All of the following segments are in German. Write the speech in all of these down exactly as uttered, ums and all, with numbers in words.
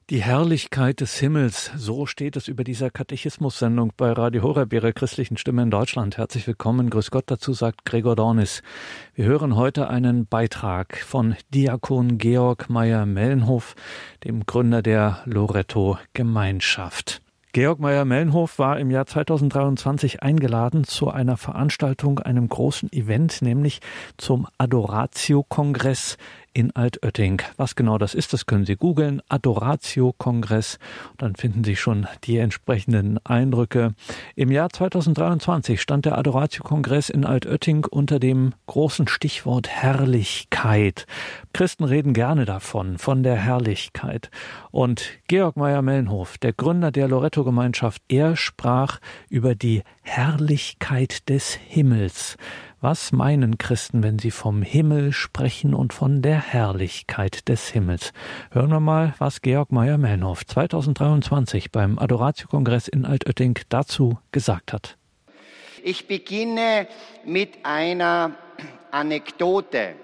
Die Herrlichkeit des Himmels, so steht es über dieser Katechismus-Sendung bei Radio Horeb, Ihrer christlichen Stimme in Deutschland. Herzlich willkommen, grüß Gott, dazu sagt Gregor Dornis. Wir hören heute einen Beitrag von Diakon Georg Meyer-Mellenhof, dem Gründer der Loretto-Gemeinschaft. Georg Meyer-Mellenhof war im Jahr zweitausenddreiundzwanzig eingeladen zu einer Veranstaltung, einem großen Event, nämlich zum Adoratio-Kongress in Altötting. Was genau das ist, das können Sie googeln, Adoratio-Kongress. Dann finden Sie schon die entsprechenden Eindrücke. Im Jahr zweitausenddreiundzwanzig stand der Adoratio-Kongress in Altötting unter dem großen Stichwort Herrlichkeit. Christen reden gerne davon, von der Herrlichkeit. Und Georg Meyer-Mellenhof, der Gründer der Loretto-Gemeinschaft, er sprach über die Herrlichkeit des Himmels. Was meinen Christen, wenn sie vom Himmel sprechen und von der Herrlichkeit des Himmels? Hören wir mal, was Georg Meyer-Mellenhof zweitausenddreiundzwanzig beim Adoratio-Kongress in Altötting dazu gesagt hat. Ich beginne mit einer Anekdote.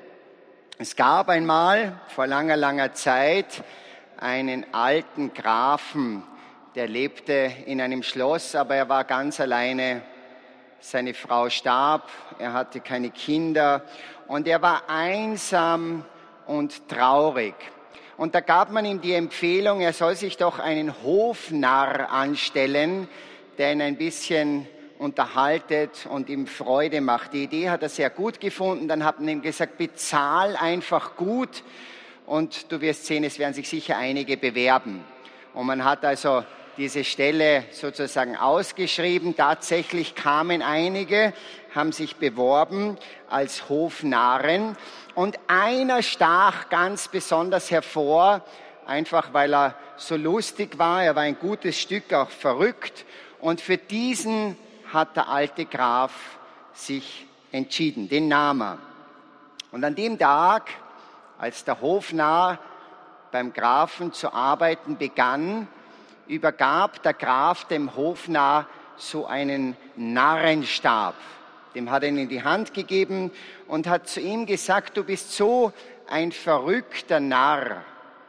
Es gab einmal vor langer, langer Zeit einen alten Grafen, der lebte in einem Schloss, aber er war ganz alleine. Seine Frau starb, er hatte keine Kinder und er war einsam und traurig. Und da gab man ihm die Empfehlung, er soll sich doch einen Hofnarr anstellen, der ihn ein bisschen unterhaltet und ihm Freude macht. Die Idee hat er sehr gut gefunden. Dann hat man ihm gesagt, bezahl einfach gut und du wirst sehen, es werden sich sicher einige bewerben. Und man hat also diese Stelle sozusagen ausgeschrieben. Tatsächlich kamen einige, haben sich beworben als Hofnarren. Und einer stach ganz besonders hervor, einfach weil er so lustig war. Er war ein gutes Stück auch verrückt. Und für diesen hat der alte Graf sich entschieden. Den nahm er. Und an dem Tag, als der Hofnarr beim Grafen zu arbeiten begann, übergab der Graf dem Hofnarr so einen Narrenstab. Dem hat er ihn in die Hand gegeben und hat zu ihm gesagt, du bist so ein verrückter Narr.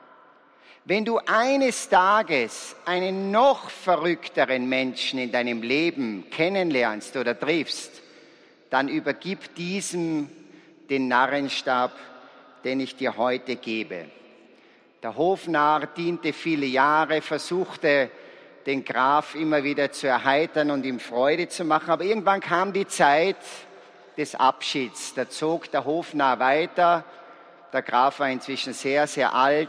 Wenn du eines Tages einen noch verrückteren Menschen in deinem Leben kennenlernst oder triffst, dann übergib diesem den Narrenstab, den ich dir heute gebe. Der Hofnarr diente viele Jahre, versuchte den Graf immer wieder zu erheitern und ihm Freude zu machen. Aber irgendwann kam die Zeit des Abschieds. Da zog der Hofnarr weiter. Der Graf war inzwischen sehr, sehr alt.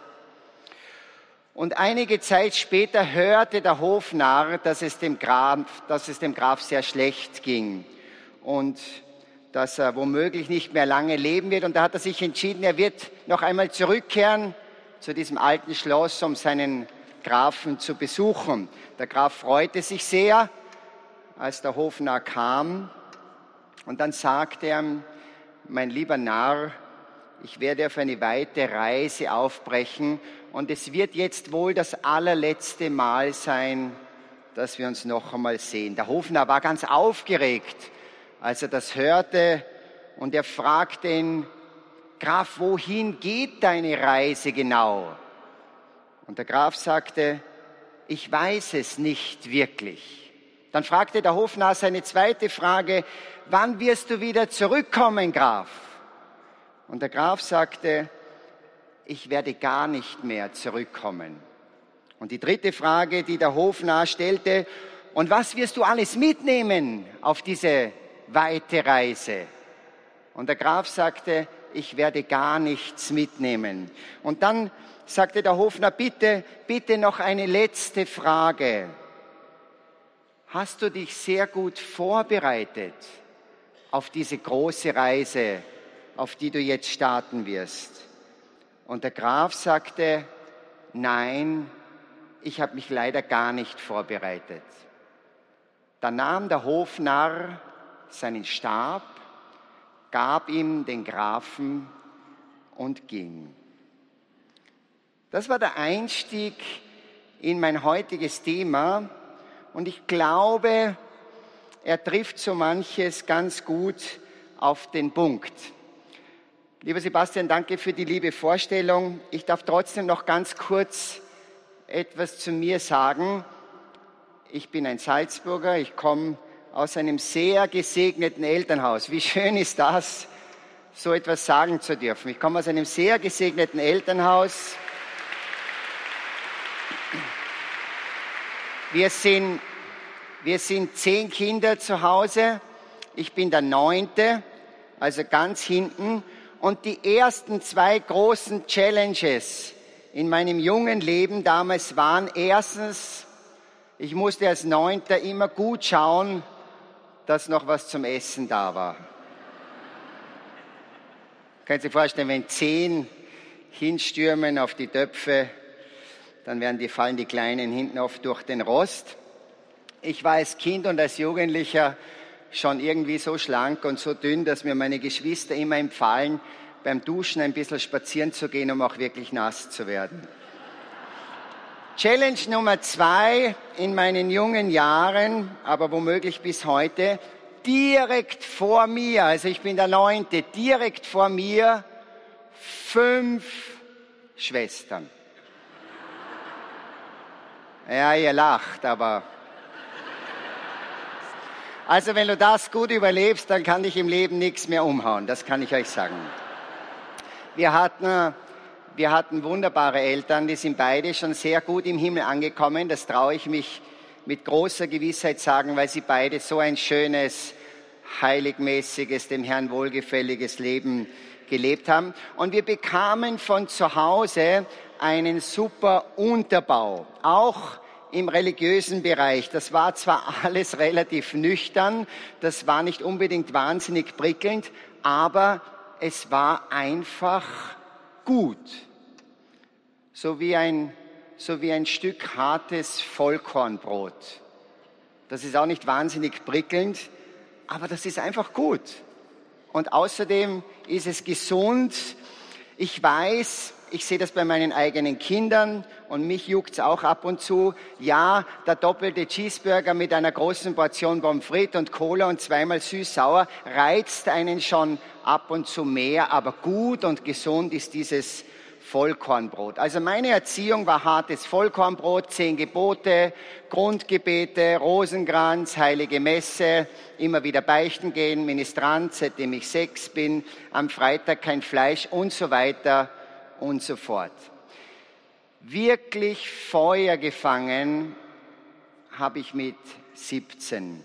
Und einige Zeit später hörte der Hofnarr, dass es dem Graf, dass es dem Graf sehr schlecht ging und dass er womöglich nicht mehr lange leben wird. Und da hat er sich entschieden, er wird noch einmal zurückkehren zu diesem alten Schloss, um seinen Grafen zu besuchen. Der Graf freute sich sehr, als der Hofnarr kam. Und dann sagte er, mein lieber Narr, ich werde auf eine weite Reise aufbrechen und es wird jetzt wohl das allerletzte Mal sein, dass wir uns noch einmal sehen. Der Hofnarr war ganz aufgeregt, als er das hörte, und er fragte ihn, Graf, wohin geht deine Reise genau? Und der Graf sagte, ich weiß es nicht wirklich. Dann fragte der Hofnarr seine zweite Frage, wann wirst du wieder zurückkommen, Graf? Und der Graf sagte, ich werde gar nicht mehr zurückkommen. Und die dritte Frage, die der Hofnarr stellte, und was wirst du alles mitnehmen auf diese weite Reise? Und der Graf sagte, ich werde gar nichts mitnehmen. Und dann sagte der Hofnarr, bitte, bitte noch eine letzte Frage. Hast du dich sehr gut vorbereitet auf diese große Reise, auf die du jetzt starten wirst? Und der Graf sagte, nein, ich habe mich leider gar nicht vorbereitet. Dann nahm der Hofnarr seinen Stab, gab ihm den Grafen und ging. Das war der Einstieg in mein heutiges Thema und ich glaube, er trifft so manches ganz gut auf den Punkt. Lieber Sebastian, danke für die liebe Vorstellung. Ich darf trotzdem noch ganz kurz etwas zu mir sagen. Ich bin ein Salzburger, ich komme aus einem sehr gesegneten Elternhaus. Wie schön ist das, so etwas sagen zu dürfen. Ich komme aus einem sehr gesegneten Elternhaus. Wir sind, wir sind zehn Kinder zu Hause. Ich bin der Neunte, also ganz hinten. Und die ersten zwei großen Challenges in meinem jungen Leben damals waren erstens, ich musste als Neunter immer gut schauen, dass noch was zum Essen da war. Können Sie sich vorstellen, wenn zehn hinstürmen auf die Töpfe, dann werden die, fallen die Kleinen hinten oft durch den Rost. Ich war als Kind und als Jugendlicher schon irgendwie so schlank und so dünn, dass mir meine Geschwister immer empfahlen, beim Duschen ein bisschen spazieren zu gehen, um auch wirklich nass zu werden. Challenge Nummer zwei in meinen jungen Jahren, aber womöglich bis heute, direkt vor mir, also ich bin der Neunte, direkt vor mir fünf Schwestern. Ja, ihr lacht, aber... Also wenn du das gut überlebst, dann kann dich im Leben nichts mehr umhauen, das kann ich euch sagen. Wir hatten, wir hatten wunderbare Eltern, die sind beide schon sehr gut im Himmel angekommen. Das traue ich mich mit großer Gewissheit sagen, weil sie beide so ein schönes, heiligmäßiges, dem Herrn wohlgefälliges Leben gelebt haben. Und wir bekamen von zu Hause einen super Unterbau, auch im religiösen Bereich. Das war zwar alles relativ nüchtern, das war nicht unbedingt wahnsinnig prickelnd, aber es war einfach gut. So wie ein, so wie ein Stück hartes Vollkornbrot. Das ist auch nicht wahnsinnig prickelnd, aber das ist einfach gut. Und außerdem ist es gesund. Ich weiß, ich sehe das bei meinen eigenen Kindern und mich juckt's auch ab und zu. Ja, der doppelte Cheeseburger mit einer großen Portion Pommes frites und Cola und zweimal süß-sauer reizt einen schon ab und zu mehr, aber gut und gesund ist dieses Vollkornbrot. Also meine Erziehung war hartes Vollkornbrot, zehn Gebote, Grundgebete, Rosenkranz, heilige Messe, immer wieder beichten gehen, Ministrant, seitdem ich sechs bin, am Freitag kein Fleisch und so weiter und so fort. Wirklich Feuer gefangen habe ich mit siebzehn.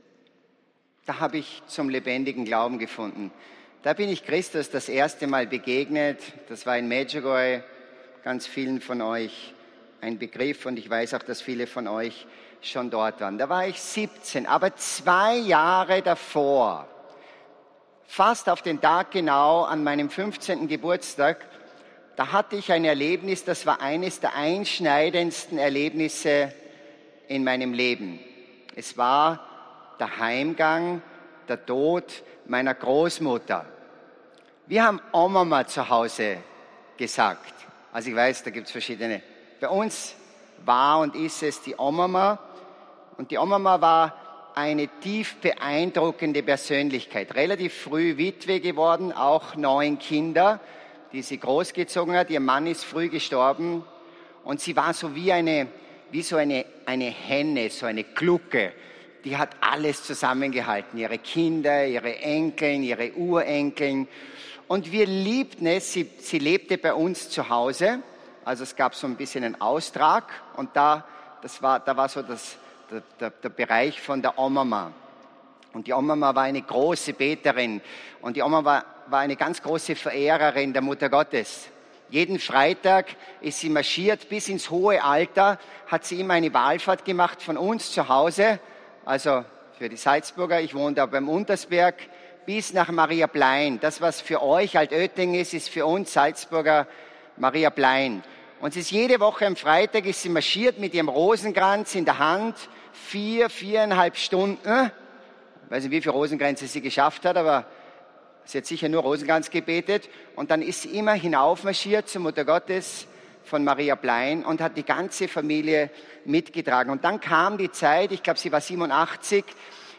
Da habe ich zum lebendigen Glauben gefunden. Da bin ich Christus das erste Mal begegnet. Das war in Medjugorje, ganz vielen von euch ein Begriff und ich weiß auch, dass viele von euch schon dort waren. Da war ich siebzehn, aber zwei Jahre davor, fast auf den Tag genau an meinem fünfzehnten Geburtstag, da hatte ich ein Erlebnis, das war eines der einschneidendsten Erlebnisse in meinem Leben. Es war der Heimgang, der Tod meiner Großmutter. Wir haben Oma zu Hause gesagt. Also ich weiß, da gibt es verschiedene. Bei uns war und ist es die Oma. Und die Oma war eine tief beeindruckende Persönlichkeit. Relativ früh Witwe geworden, auch neun Kinder, die sie großgezogen hat. Ihr Mann ist früh gestorben. Und sie war so wie eine, wie so eine, eine Henne, so eine Glucke. Die hat alles zusammengehalten, ihre Kinder, ihre Enkeln, ihre Urenkeln. Und wir liebten es, sie, sie lebte bei uns zu Hause. Also es gab so ein bisschen einen Austrag und da, das war, da war so das, der, der, der Bereich von der Oma. Und die Oma war eine große Beterin und die Oma war, war eine ganz große Verehrerin der Mutter Gottes. Jeden Freitag ist sie marschiert bis ins hohe Alter, hat sie immer eine Wallfahrt gemacht von uns zu Hause. Also für die Salzburger, ich wohne da beim Untersberg, bis nach Maria Plein. Das, was für euch Altötting ist, ist für uns Salzburger Maria Plein. Und sie ist jede Woche am Freitag, ist sie marschiert mit ihrem Rosenkranz in der Hand, vier, viereinhalb Stunden. Ich weiß nicht, wie viele Rosenkränze sie geschafft hat, aber sie hat sicher nur Rosenkranz gebetet. Und dann ist sie immer hinaufmarschiert zur Mutter Gottes von Maria Plein und hat die ganze Familie mitgetragen. Und dann kam die Zeit, ich glaube, sie war siebenundachtzig,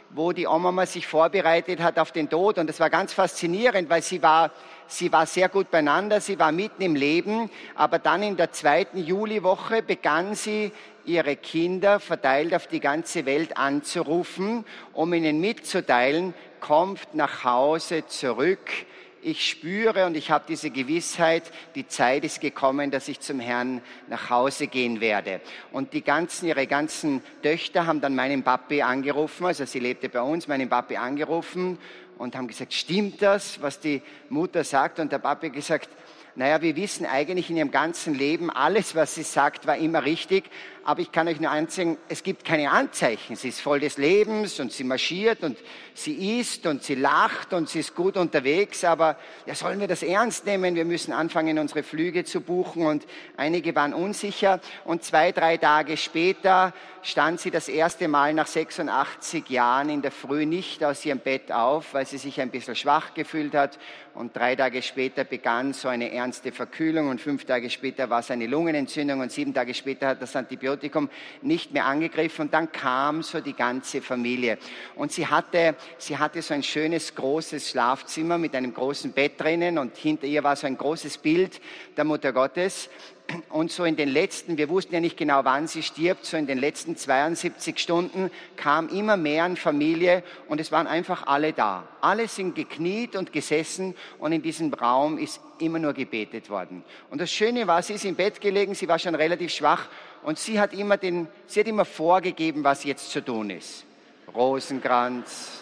wo die Oma sich vorbereitet hat auf den Tod. Und das war ganz faszinierend, weil sie war, sie war sehr gut beieinander, sie war mitten im Leben. Aber dann in der zweiten Juliwoche begann sie, ihre Kinder verteilt auf die ganze Welt anzurufen, um ihnen mitzuteilen, kommt nach Hause zurück. Ich spüre und ich habe diese Gewissheit, die Zeit ist gekommen, dass ich zum Herrn nach Hause gehen werde. Und die ganzen, ihre ganzen Töchter haben dann meinen Papi angerufen, also sie lebte bei uns, meinen Papi angerufen und haben gesagt, stimmt das, was die Mutter sagt? Und der Papi hat gesagt, naja, wir wissen eigentlich in ihrem ganzen Leben, alles, was sie sagt, war immer richtig. Aber ich kann euch nur anzeigen, es gibt keine Anzeichen. Sie ist voll des Lebens und sie marschiert und sie isst und sie lacht und sie ist gut unterwegs. Aber ja, sollen wir das ernst nehmen? Wir müssen anfangen, unsere Flüge zu buchen. Und einige waren unsicher. Und zwei, drei Tage später stand sie das erste Mal nach sechsundachtzig Jahren in der Früh nicht aus ihrem Bett auf, weil sie sich ein bisschen schwach gefühlt hat. Und drei Tage später begann so eine ernste Verkühlung. Und fünf Tage später war es eine Lungenentzündung. Und sieben Tage später hat das Antibiotikum nicht mehr angegriffen und dann kam so die ganze Familie. Und sie hatte, sie hatte so ein schönes, großes Schlafzimmer mit einem großen Bett drinnen und hinter ihr war so ein großes Bild der Mutter Gottes. Und so in den letzten, wir wussten ja nicht genau, wann sie stirbt, so in den letzten zweiundsiebzig Stunden kam immer mehr an Familie und es waren einfach alle da. Alle sind gekniet und gesessen und in diesem Raum ist immer nur gebetet worden. Und das Schöne war, sie ist im Bett gelegen, sie war schon relativ schwach und sie hat immer, den, sie hat immer vorgegeben, was jetzt zu tun ist. Rosenkranz,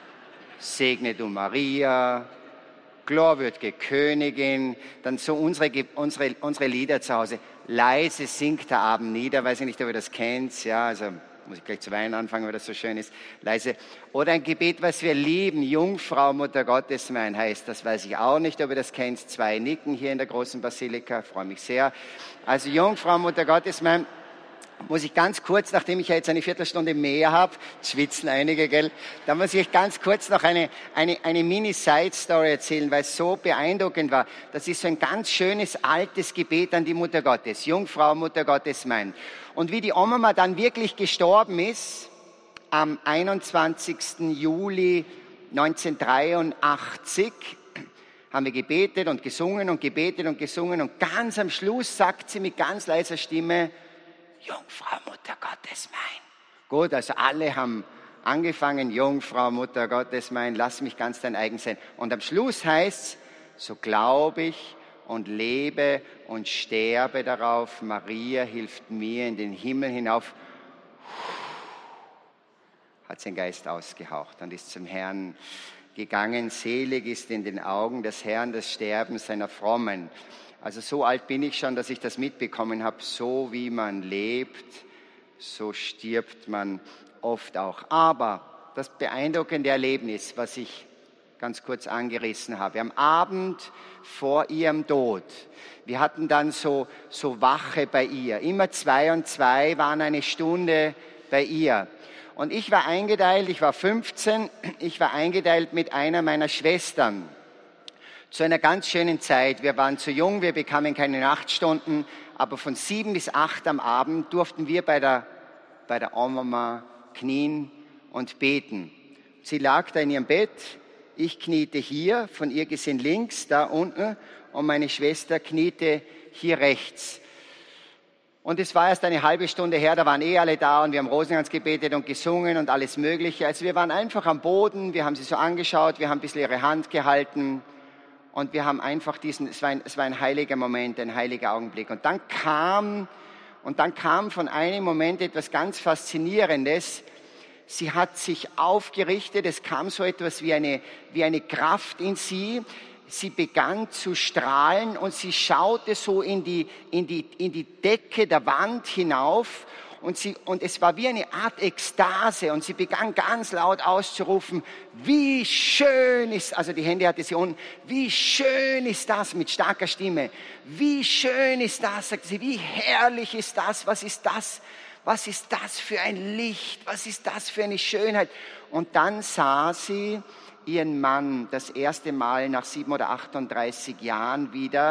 segne du Maria, glorwürdige Königin, dann so unsere, unsere, unsere Lieder zu Hause. Leise singt der Abend nieder, weiß ich nicht, ob ihr das kennt, ja, also muss ich gleich zu weinen anfangen, weil das so schön ist, leise. Oder ein Gebet, was wir lieben, Jungfrau, Mutter Gottes mein heißt, das weiß ich auch nicht, ob ihr das kennt, zwei nicken hier in der großen Basilika, freue mich sehr. Also Jungfrau, Mutter Gottes mein, muss ich ganz kurz, nachdem ich ja jetzt eine Viertelstunde mehr habe, schwitzen einige, gell, da muss ich ganz kurz noch eine, eine, eine Mini-Side-Story erzählen, weil es so beeindruckend war. Das ist so ein ganz schönes, altes Gebet an die Mutter Gottes. Jungfrau, Mutter Gottes mein. Und wie die Oma dann wirklich gestorben ist, am einundzwanzigsten Juli neunzehnhundertdreiundachtzig, haben wir gebetet und gesungen und gebetet und gesungen und ganz am Schluss sagt sie mit ganz leiser Stimme, Jungfrau, Mutter Gottes mein. Gut, also alle haben angefangen, Jungfrau, Mutter Gottes mein, lass mich ganz dein eigen sein. Und am Schluss heißt es, so glaube ich und lebe und sterbe darauf, Maria hilft mir in den Himmel hinauf. Hat sein Geist ausgehaucht und ist zum Herrn gegangen. Selig ist in den Augen des Herrn das Sterben seiner Frommen. Also so alt bin ich schon, dass ich das mitbekommen habe. So wie man lebt, so stirbt man oft auch. Aber das beeindruckende Erlebnis, was ich ganz kurz angerissen habe, am Abend vor ihrem Tod, wir hatten dann so, so Wache bei ihr. Immer zwei und zwei waren eine Stunde bei ihr. Und ich war eingeteilt, ich war fünfzehn, ich war eingeteilt mit einer meiner Schwestern. Zu einer ganz schönen Zeit. Wir waren zu jung, wir bekamen keine Nachtstunden, aber von sieben bis acht am Abend durften wir bei der, bei der Oma knien und beten. Sie lag da in ihrem Bett, ich kniete hier, von ihr gesehen links, da unten, und meine Schwester kniete hier rechts. Und es war erst eine halbe Stunde her, da waren eh alle da und wir haben Rosenkranz gebetet und gesungen und alles Mögliche. Also wir waren einfach am Boden, wir haben sie so angeschaut, wir haben ein bisschen ihre Hand gehalten. Und wir haben einfach diesen, es war, ein, es war ein heiliger Moment, ein heiliger Augenblick. Und dann kam, und dann kam von einem Moment etwas ganz Faszinierendes. Sie hat sich aufgerichtet, es kam so etwas wie eine, wie eine Kraft in sie. Sie begann zu strahlen und sie schaute so in die, in die, in die Decke der Wand hinauf. Und, sie, und es war wie eine Art Ekstase und sie begann ganz laut auszurufen, wie schön ist, also die Hände hatte sie unten, wie schön ist das, mit starker Stimme, wie schön ist das, sagte sie, wie herrlich ist das, was ist das, was ist das für ein Licht, was ist das für eine Schönheit. Und dann sah sie ihren Mann das erste Mal nach sieben oder achtunddreißig Jahren wieder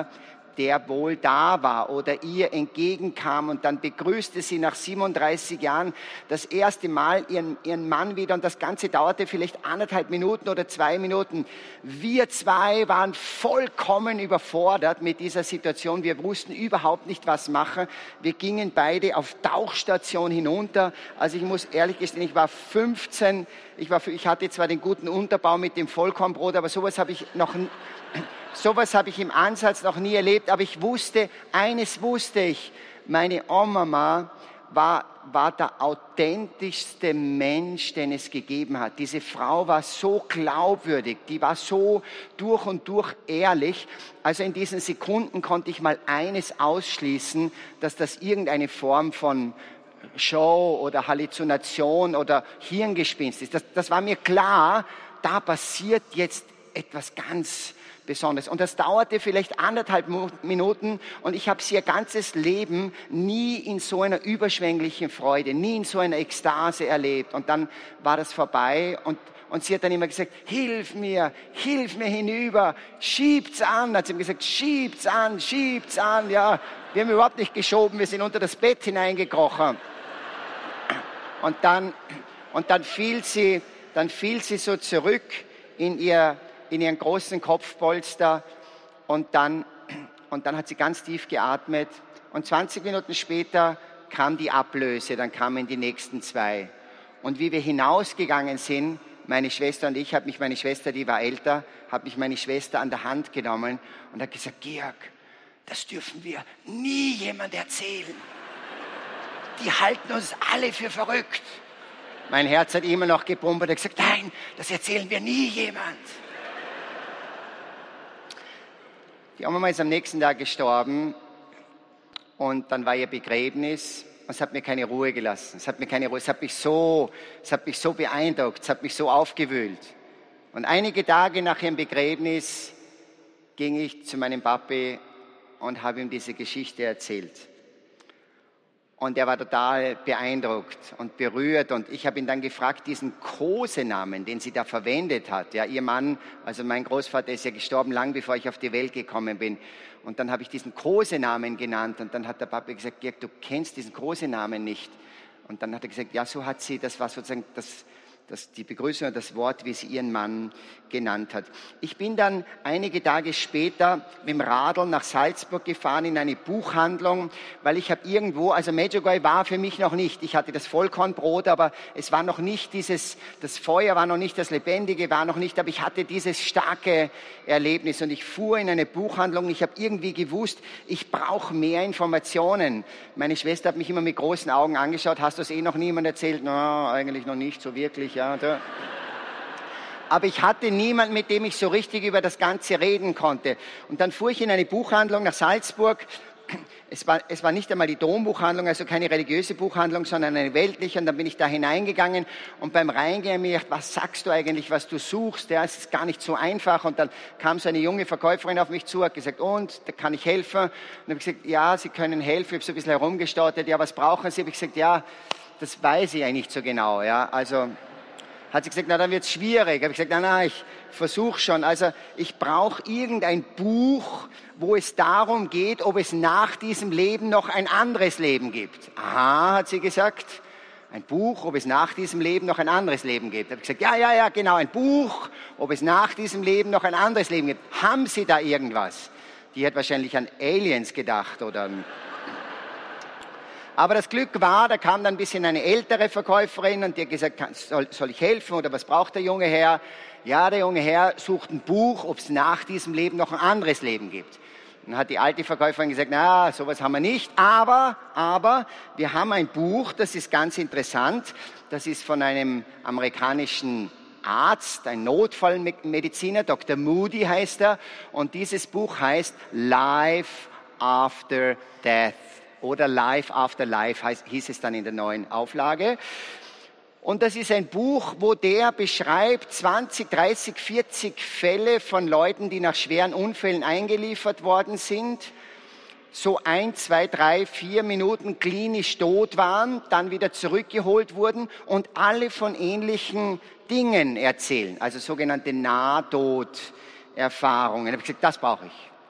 der wohl da war oder ihr entgegenkam und dann begrüßte sie nach siebenunddreißig Jahren das erste Mal ihren, ihren Mann wieder und das Ganze dauerte vielleicht anderthalb Minuten oder zwei Minuten. Wir zwei waren vollkommen überfordert mit dieser Situation. Wir wussten überhaupt nicht, was machen. Wir gingen beide auf Tauchstation hinunter. Also ich muss ehrlich gestehen, ich war fünfzehn, ich, war, ich hatte zwar den guten Unterbau mit dem Vollkornbrot, aber sowas habe ich noch Sowas habe ich im Ansatz noch nie erlebt, aber ich wusste, eines wusste ich, meine Oma war, war der authentischste Mensch, den es gegeben hat. Diese Frau war so glaubwürdig, die war so durch und durch ehrlich. Also in diesen Sekunden konnte ich mal eines ausschließen, dass das irgendeine Form von Show oder Halluzination oder Hirngespinst ist. Das, das war mir klar, da passiert jetzt etwas ganz Besonderes. Und das dauerte vielleicht anderthalb Minuten und ich habe sie ihr ganzes Leben nie in so einer überschwänglichen Freude, nie in so einer Ekstase erlebt. Und dann war das vorbei und, und sie hat dann immer gesagt, hilf mir, hilf mir hinüber, schiebt's an. Hat sie mir gesagt, schiebt's an, schiebt's an. Ja, wir haben überhaupt nicht geschoben, wir sind unter das Bett hineingekrochen. Und dann, und dann fiel sie, dann fiel sie so zurück in ihr in ihren großen Kopfpolster und dann, und dann hat sie ganz tief geatmet und zwanzig Minuten später kam die Ablöse, dann kamen die nächsten zwei. Und wie wir hinausgegangen sind, meine Schwester und ich, hat mich meine Schwester, die war älter, hat mich meine Schwester an der Hand genommen und hat gesagt, Georg, das dürfen wir nie jemand erzählen. Die halten uns alle für verrückt. Mein Herz hat immer noch gepumpt und hat gesagt, nein, das erzählen wir nie jemand. Die Oma ist am nächsten Tag gestorben und dann war ihr Begräbnis und es hat mir keine Ruhe gelassen. Es hat mir keine Ruhe, es hat mich so, es hat mich so beeindruckt, es hat mich so aufgewühlt. Und einige Tage nach ihrem Begräbnis ging ich zu meinem Papi und habe ihm diese Geschichte erzählt. Und er war total beeindruckt und berührt. Und ich habe ihn dann gefragt, diesen Kosenamen, den sie da verwendet hat. Ja, ihr Mann, also mein Großvater ist ja gestorben, lang bevor ich auf die Welt gekommen bin. Und dann habe ich diesen Kosenamen genannt. Und dann hat der Papa gesagt, Georg, du kennst diesen Kosenamen nicht. Und dann hat er gesagt, ja, so hat sie, das war sozusagen das, das, die Begrüßung und das Wort, wie sie ihren Mann genannt hat. Ich bin dann einige Tage später mit dem Radl nach Salzburg gefahren in eine Buchhandlung, weil ich habe irgendwo, also Medjugorje war für mich noch nicht, ich hatte das Vollkornbrot, aber es war noch nicht dieses, das Feuer war noch nicht, das Lebendige war noch nicht, aber ich hatte dieses starke Erlebnis und ich fuhr in eine Buchhandlung, ich habe irgendwie gewusst, ich brauche mehr Informationen. Meine Schwester hat mich immer mit großen Augen angeschaut, hast du es eh noch niemand erzählt? Na, eigentlich noch nicht so wirklich, ja. Da. Aber ich hatte niemanden, mit dem ich so richtig über das Ganze reden konnte. Und dann fuhr ich in eine Buchhandlung nach Salzburg. Es war, es war nicht einmal die Dombuchhandlung, also keine religiöse Buchhandlung, sondern eine weltliche. Und dann bin ich da hineingegangen und beim Reingehen habe ich gedacht, was sagst du eigentlich, was du suchst? Ja, es ist gar nicht so einfach. Und dann kam so eine junge Verkäuferin auf mich zu, hat gesagt, und, da kann ich helfen? Und dann habe ich gesagt, ja, Sie können helfen. Ich habe so ein bisschen herumgestartet. Ja, was brauchen Sie? Habe ich gesagt, ja, das weiß ich eigentlich nicht so genau. Ja, also hat sie gesagt, na, dann wird es schwierig. Habe ich gesagt, na, na, ich versuche schon. Also ich brauche irgendein Buch, wo es darum geht, ob es nach diesem Leben noch ein anderes Leben gibt. Aha, hat sie gesagt. Ein Buch, ob es nach diesem Leben noch ein anderes Leben gibt. Habe ich gesagt, ja, ja, ja, genau, ein Buch, ob es nach diesem Leben noch ein anderes Leben gibt. Haben Sie da irgendwas? Die hat wahrscheinlich an Aliens gedacht oder... Aber das Glück war, da kam dann ein bisschen eine ältere Verkäuferin und die hat gesagt, soll, soll ich helfen oder was braucht der junge Herr? Ja, der junge Herr sucht ein Buch, ob es nach diesem Leben noch ein anderes Leben gibt. Dann hat die alte Verkäuferin gesagt, na, sowas haben wir nicht, aber, aber wir haben ein Buch, das ist ganz interessant, das ist von einem amerikanischen Arzt, ein Notfallmediziner, Doktor Moody heißt er, und dieses Buch heißt Life After Death. Oder Life After Life heißt, hieß es dann in der neuen Auflage. Und das ist ein Buch, wo der beschreibt zwanzig, dreißig, vierzig Fälle von Leuten, die nach schweren Unfällen eingeliefert worden sind, so ein, zwei, drei, vier Minuten klinisch tot waren, dann wieder zurückgeholt wurden und alle von ähnlichen Dingen erzählen, also sogenannte Nahtoderfahrungen. Da habe ich gesagt, das brauche ich.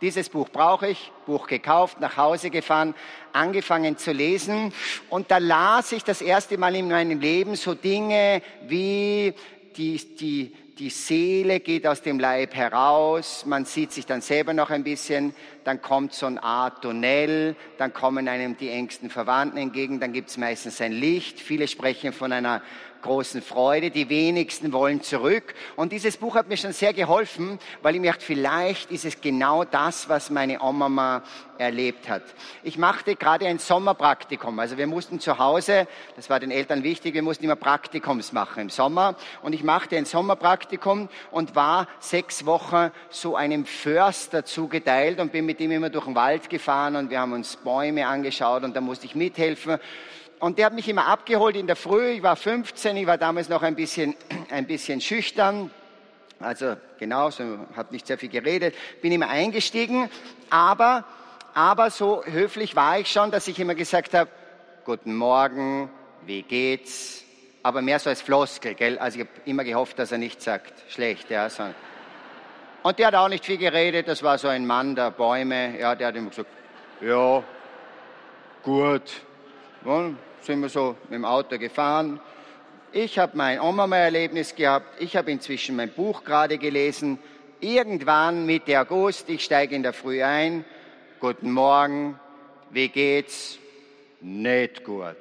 Dieses Buch brauche ich, Buch gekauft, nach Hause gefahren, angefangen zu lesen. Und da las ich das erste Mal in meinem Leben so Dinge wie die, die, die Seele geht aus dem Leib heraus, man sieht sich dann selber noch ein bisschen, dann kommt so eine Art Tunnel, dann kommen einem die engsten Verwandten entgegen, dann gibt es meistens ein Licht. Viele sprechen von einer großen Freude, die wenigsten wollen zurück. Und dieses Buch hat mir schon sehr geholfen, weil ich mir dachte, vielleicht ist es genau das, was meine Oma mal erlebt hat. Ich machte gerade ein Sommerpraktikum, also wir mussten zu Hause, das war den Eltern wichtig, wir mussten immer Praktikums machen im Sommer. Und ich machte ein Sommerpraktikum und war sechs Wochen so einem Förster zugeteilt und bin mit ihm immer durch den Wald gefahren und wir haben uns Bäume angeschaut und da musste ich mithelfen. Und der hat mich immer abgeholt in der Früh. Ich war fünfzehn, ich war damals noch ein bisschen, ein bisschen schüchtern. Also genau, so, habe nicht sehr viel geredet, bin immer eingestiegen. Aber, aber so höflich war ich schon, dass ich immer gesagt habe, guten Morgen, wie geht's? Aber mehr so als Floskel, gell? Also ich habe immer gehofft, dass er nicht sagt, schlecht, ja. So. Und der hat auch nicht viel geredet, das war so ein Mann der Bäume. Ja, der hat immer gesagt, ja, gut. Und sind wir so mit dem Auto gefahren. Ich habe mein Oma-Erlebnis gehabt. Ich habe inzwischen mein Buch gerade gelesen. Irgendwann Mitte August, ich steige in der Früh ein. Guten Morgen, wie geht's? Nicht gut.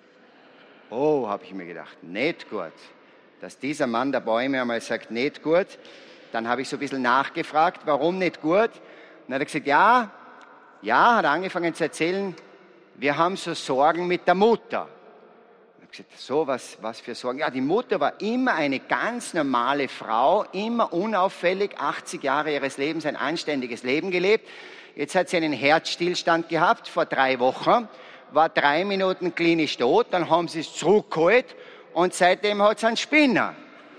Oh, habe ich mir gedacht, nicht gut. Dass dieser Mann der Bäume einmal sagt, nicht gut. Dann habe ich so ein bisschen nachgefragt, warum nicht gut? Dann hat er gesagt, ja, ja, hat er angefangen zu erzählen, wir haben so Sorgen mit der Mutter. Ich habe gesagt, so, was, was für Sorgen? Ja, die Mutter war immer eine ganz normale Frau, immer unauffällig, achtzig Jahre ihres Lebens, ein anständiges Leben gelebt. Jetzt hat sie einen Herzstillstand gehabt vor drei Wochen, war drei Minuten klinisch tot, dann haben sie es zurückgeholt und seitdem hat sie einen Spinner.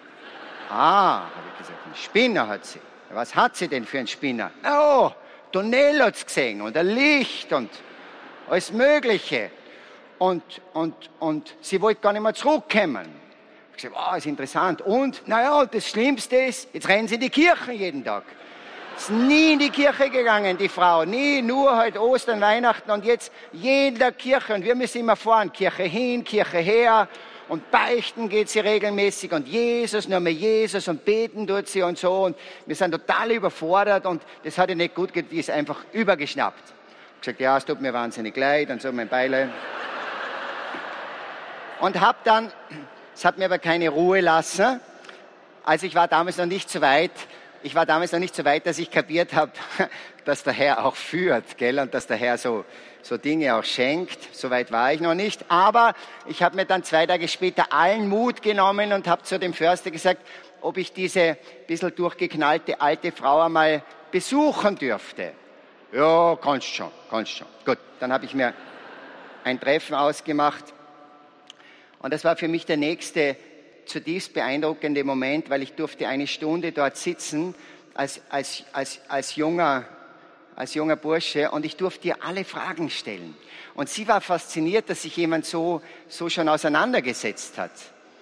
Ah, habe ich gesagt, einen Spinner hat sie. Was hat sie denn für einen Spinner? Oh, Tunnel hat sie gesehen und ein Licht und alles Mögliche. Und, und, und sie wollte gar nicht mehr zurückkommen. Ich habe gesagt, wow, ist interessant. Und, naja, das Schlimmste ist, jetzt rennen sie in die Kirche jeden Tag. Ist nie in die Kirche gegangen, die Frau. Nie, nur halt Ostern, Weihnachten und jetzt jeden Tag Kirche. Und wir müssen immer fahren, Kirche hin, Kirche her. Und beichten geht sie regelmäßig und Jesus, nur mehr Jesus und beten tut sie und so. Und wir sind total überfordert und das hat ihr nicht gut getan, die ist einfach übergeschnappt. Ich habe gesagt, ja, es tut mir wahnsinnig leid und so, mein Beileid. Und hab dann, es hat mir aber keine Ruhe lassen. Also ich war damals noch nicht so weit, ich war damals noch nicht so weit, dass ich kapiert habe, dass der Herr auch führt, gell, und dass der Herr so, so Dinge auch schenkt. So weit war ich noch nicht. Aber ich habe mir dann zwei Tage später allen Mut genommen und habe zu dem Förster gesagt, ob ich diese bisschen durchgeknallte alte Frau einmal besuchen dürfte. Ja, kannst schon, kannst schon. Gut, dann habe ich mir ein Treffen ausgemacht. Und das war für mich der nächste zutiefst beeindruckende Moment, weil ich durfte eine Stunde dort sitzen als, als, als, als, junger, als junger Bursche und ich durfte ihr alle Fragen stellen. Und sie war fasziniert, dass sich jemand so, so schon auseinandergesetzt hat.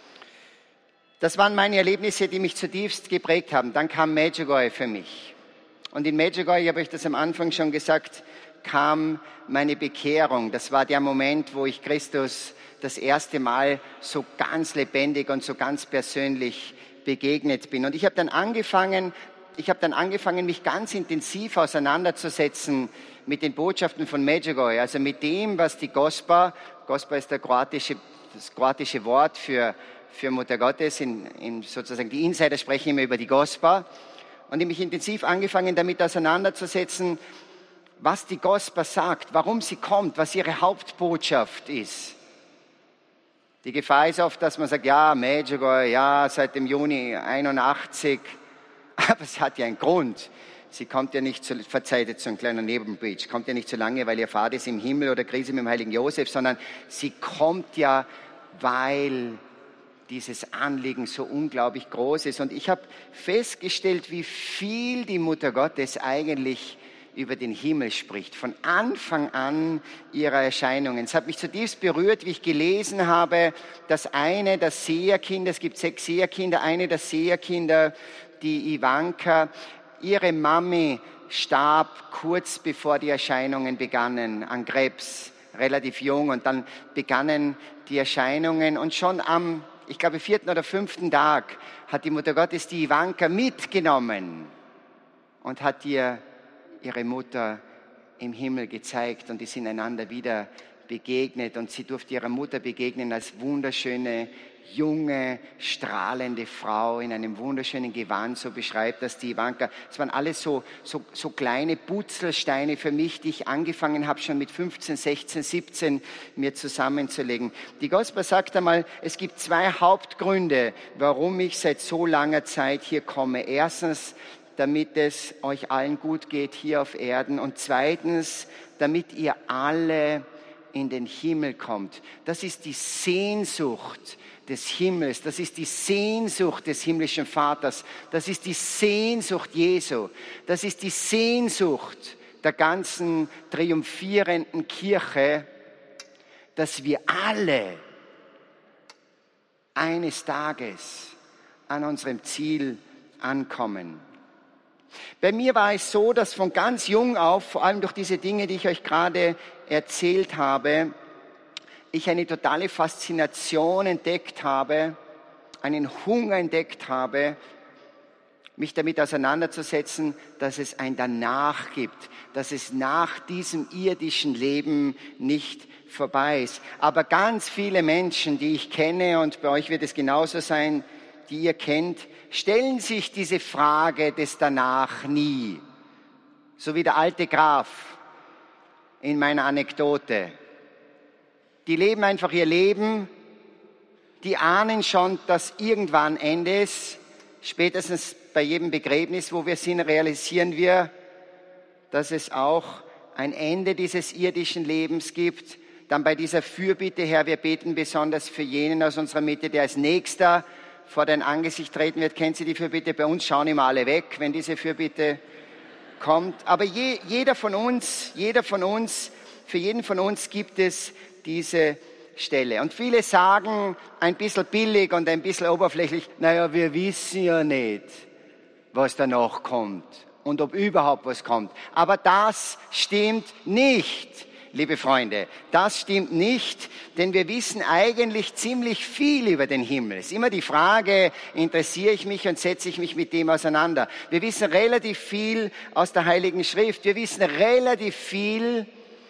Das waren meine Erlebnisse, die mich zutiefst geprägt haben. Dann kam Medjugorje für mich. Und in Medjugorje, ich habe euch das am Anfang schon gesagt, kam meine Bekehrung. Das war der Moment, wo ich Christus das erste Mal so ganz lebendig und so ganz persönlich begegnet bin. Und ich habe dann angefangen, ich habe dann angefangen, mich ganz intensiv auseinanderzusetzen mit den Botschaften von Medjugorje, also mit dem, was die Gospa, Gospa ist der kroatische, das kroatische Wort für, für Mutter Gottes, in, in sozusagen die Insider sprechen immer über die Gospa. Und ich habe mich intensiv angefangen, damit auseinanderzusetzen, was die Gospa sagt, warum sie kommt, was ihre Hauptbotschaft ist. Die Gefahr ist oft, dass man sagt, ja, Medjugorje, ja, seit dem Juni einundachtzig. Aber es hat ja einen Grund. Sie kommt ja nicht, zu, verzeiht jetzt so ein kleiner Nebenbridge, kommt ja nicht so lange, weil ihr Vater ist im Himmel oder Krise mit dem heiligen Josef, sondern sie kommt ja, weil dieses Anliegen so unglaublich groß ist. Und ich habe festgestellt, wie viel die Mutter Gottes eigentlich über den Himmel spricht, von Anfang an ihrer Erscheinungen. Es hat mich zutiefst berührt, wie ich gelesen habe, dass eine der Seherkinder, es gibt sechs Seherkinder, eine der Seherkinder, die Ivanka, ihre Mami starb kurz bevor die Erscheinungen begannen an Krebs, relativ jung. Und dann begannen die Erscheinungen und schon am, ich glaube, vierten oder fünften Tag hat die Mutter Gottes die Ivanka mitgenommen und hat ihr ihre Mutter im Himmel gezeigt und die sind einander wieder begegnet und sie durfte ihrer Mutter begegnen als wunderschöne, junge, strahlende Frau in einem wunderschönen Gewand, so beschreibt das die Ivanka. Es waren alles so, so, so kleine Putzelsteine für mich, die ich angefangen habe, schon mit fünfzehn, sechzehn, siebzehn mir zusammenzulegen. Die Gospa sagt einmal, es gibt zwei Hauptgründe, warum ich seit so langer Zeit hier komme. Erstens, damit es euch allen gut geht hier auf Erden und zweitens, damit ihr alle in den Himmel kommt. Das ist die Sehnsucht des Himmels, das ist die Sehnsucht des himmlischen Vaters, das ist die Sehnsucht Jesu, das ist die Sehnsucht der ganzen triumphierenden Kirche, dass wir alle eines Tages an unserem Ziel ankommen. Bei mir war es so, dass von ganz jung auf, vor allem durch diese Dinge, die ich euch gerade erzählt habe, ich eine totale Faszination entdeckt habe, einen Hunger entdeckt habe, mich damit auseinanderzusetzen, dass es ein Danach gibt, dass es nach diesem irdischen Leben nicht vorbei ist. Aber ganz viele Menschen, die ich kenne, und bei euch wird es genauso sein, die ihr kennt, stellen sich diese Frage des Danach nie. So wie der alte Graf in meiner Anekdote. Die leben einfach ihr Leben, die ahnen schon, dass irgendwann Ende ist. Spätestens bei jedem Begräbnis, wo wir sind, realisieren wir, dass es auch ein Ende dieses irdischen Lebens gibt. Dann bei dieser Fürbitte, Herr, wir beten besonders für jenen aus unserer Mitte, der als Nächster vor dein Angesicht treten wird. Kennt Sie die Fürbitte? Bei uns schauen immer alle weg, wenn diese Fürbitte kommt. Aber je, jeder von uns, jeder von uns, für jeden von uns gibt es diese Stelle. Und viele sagen ein bisschen billig und ein bisschen oberflächlich, naja, wir wissen ja nicht, was danach kommt und ob überhaupt was kommt. Aber das stimmt nicht, liebe Freunde. Das stimmt nicht, denn wir wissen eigentlich ziemlich viel über den Himmel. Es ist immer die Frage, interessiere ich mich und setze ich mich mit dem auseinander. Wir wissen relativ viel aus der Heiligen Schrift. Wir wissen relativ viel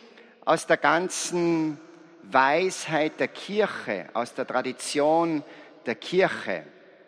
aus der ganzen Weisheit der Kirche, aus der Tradition der Kirche.